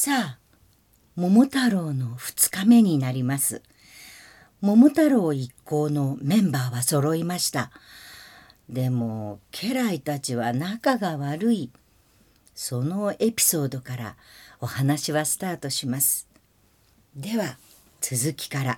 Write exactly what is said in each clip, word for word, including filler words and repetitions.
さあ、桃太郎のふつかめになります。桃太郎一行のメンバーは揃いました。でも家来たちは仲が悪い。そのエピソードからお話はスタートします。では続きから。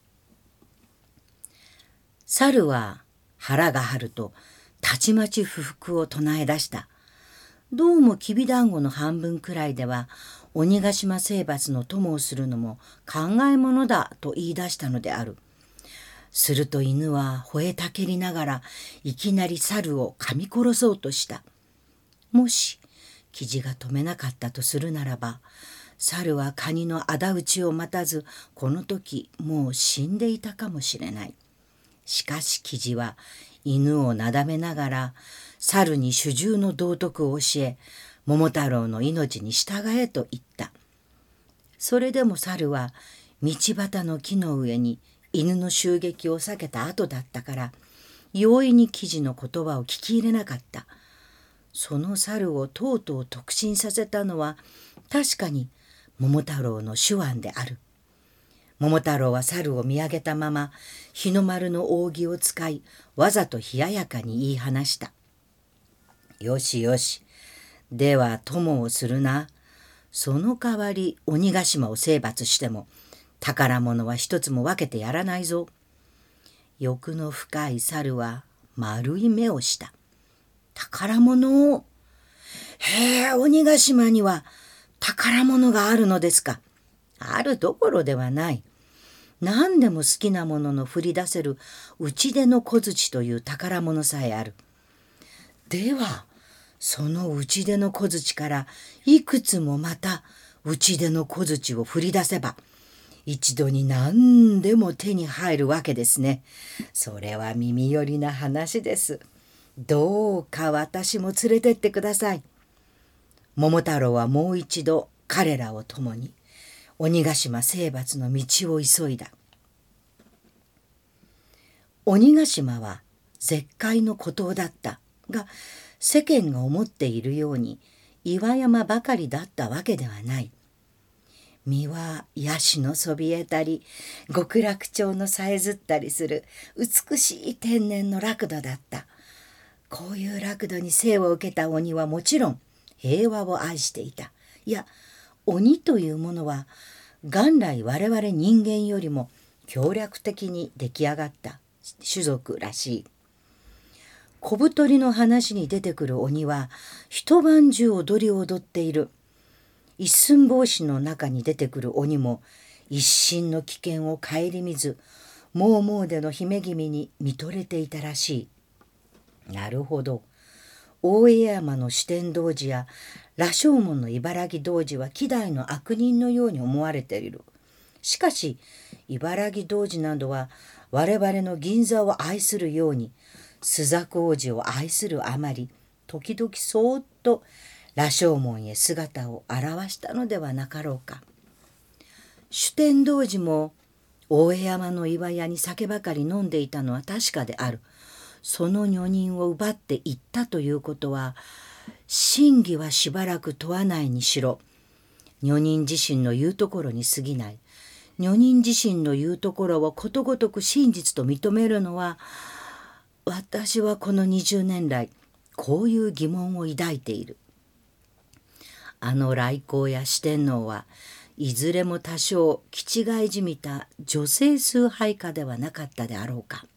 猿は腹が張るとたちまち不服を唱え出した。どうもきびだんごの半分くらいでは鬼ヶ島征伐の友をするのも考えものだと言い出したのである。すると犬は吠えたけりながらいきなり猿を噛み殺そうとした。もしキジが止めなかったとするならば、猿はカニの仇討ちを待たずこの時もう死んでいたかもしれない。しかしキジは犬をなだめながら猿に主従の道徳を教え、桃太郎の命に従えと言った。それでも猿は道端の木の上に犬の襲撃を避けた後だったから容易にキジの言葉を聞き入れなかった。その猿をとうとう特進させたのは確かに桃太郎の手腕である。桃太郎は猿を見上げたまま日の丸の扇を使いわざと冷ややかに言い放した。よしよし。では友をするな。その代わり鬼ヶ島を征伐しても宝物は一つも分けてやらないぞ。欲の深い猿は丸い目をした。宝物を。へえ、鬼ヶ島には宝物があるのですか。あるどころではない。何でも好きなものの振り出せる打ち出の小槌という宝物さえある。ではその打ち出の小槌からいくつもまた打ち出の小槌を振り出せば一度に何でも手に入るわけですね。それは耳寄りな話です。どうか私も連れてってください。桃太郎はもう一度彼らを共に鬼ヶ島征伐の道を急いだ。鬼ヶ島は絶海の孤島だったが、世間が思っているように岩山ばかりだったわけではない。実はヤシのそびえたり極楽鳥のさえずったりする美しい天然の楽土だった。こういう楽土に生を受けた鬼はもちろん平和を愛していた。いや、鬼というものは元来我々人間よりも協力的に出来上がった種族らしい。小太りの話に出てくる鬼は一晩中踊りを踊っている。一寸法師の中に出てくる鬼も一身の危険を顧みずもうもうでの姫君に見とれていたらしい。なるほど。大江山の四天童子や羅生門の茨城童子は希代の悪人のように思われている。しかし茨城童子などは我々の銀座を愛するように朱雀王子を愛するあまり時々そーっと羅生門へ姿を現したのではなかろうか。主天童子も大江山の岩屋に酒ばかり飲んでいたのは確かである。その女人を奪っていったということは真偽はしばらく問わないにしろ女人自身の言うところに過ぎない。女人自身の言うところをことごとく真実と認めるのは私はこのにじゅうねん来こういう疑問を抱いている。あの来光や四天王はいずれも多少気違いじみた女性崇拝家ではなかったであろうか。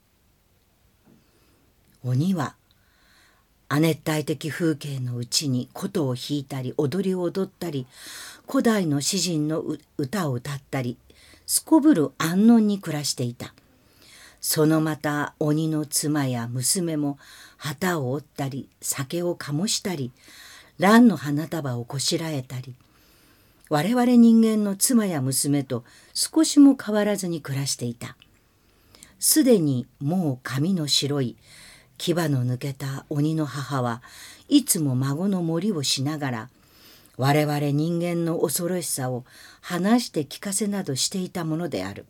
鬼は亜熱帯的風景のうちに琴を弾いたり踊りを踊ったり古代の詩人の歌を歌ったりすこぶる安穏に暮らしていた。そのまた鬼の妻や娘も旗を折ったり酒を醸したり蘭の花束をこしらえたり我々人間の妻や娘と少しも変わらずに暮らしていた。すでにもう髪の白い牙の抜けた鬼の母はいつも孫の森をしながら我々人間の恐ろしさを話して聞かせなどしていたものである。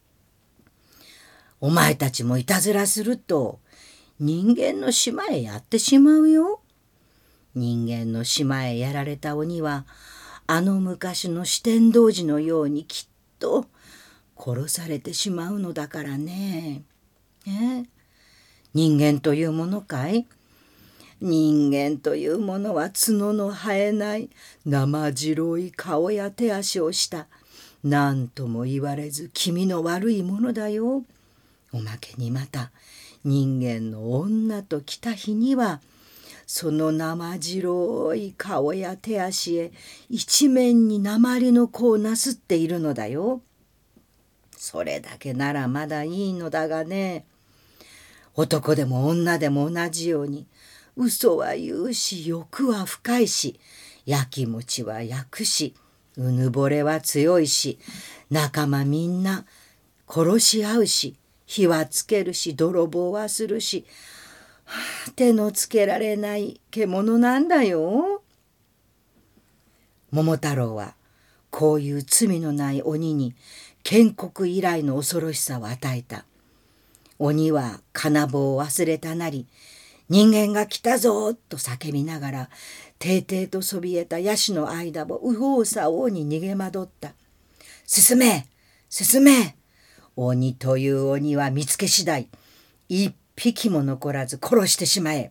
お前たちもいたずらすると人間の島へやってしまうよ。人間の島へやられた鬼はあの昔の四天童子のようにきっと殺されてしまうのだからね。え人間というものかい？人間というものは角の生えない生白い顔や手足をした何とも言われず気味の悪いものだよ。おまけにまた人間の女と来た日にはその生白い顔や手足へ一面に鉛の子をなすっているのだよ。それだけならまだいいのだがね、男でも女でも同じように嘘は言うし欲は深いしやきもちは焼くしうぬぼれは強いし仲間みんな殺し合うし火はつけるし泥棒はするし、はあ、手のつけられない獣なんだよ。桃太郎はこういう罪のない鬼に建国以来の恐ろしさを与えた。鬼は金棒を忘れたなり、人間が来たぞと叫びながら、ていていとそびえたヤシの間を右往左往に逃げ惑った。進め進め、鬼という鬼は見つけ次第、一匹も残らず殺してしまえ。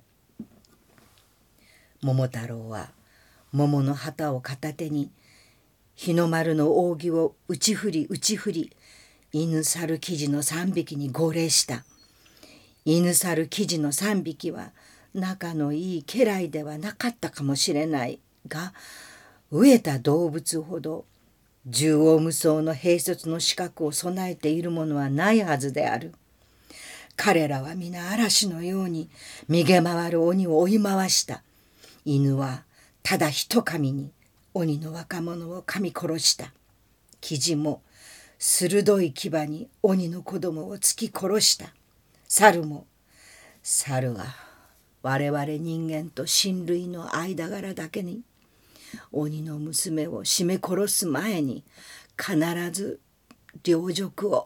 桃太郎は桃の旗を片手に、日の丸の扇を打ち振り打ち振り、犬猿キジの三匹に号令した。犬猿キジの三匹は仲のいい家来ではなかったかもしれないが、飢えた動物ほど縦横無双の兵卒の資格を備えているものはないはずである。彼らは皆嵐のように逃げ回る鬼を追い回した。犬はただ一噛みに鬼の若者を噛み殺した。キジも鋭い牙に鬼の子供を突き殺した。猿も、猿は我々人間と親類の間柄だけに鬼の娘を絞め殺す前に必ず領辱を。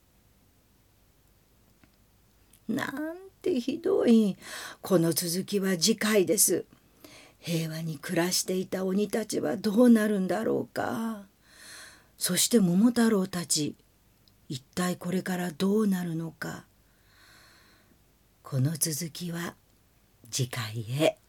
なんてひどい。この続きは次回です。平和に暮らしていた鬼たちはどうなるんだろうか。そして桃太郎たち、一体これからどうなるのか。この続きは次回へ。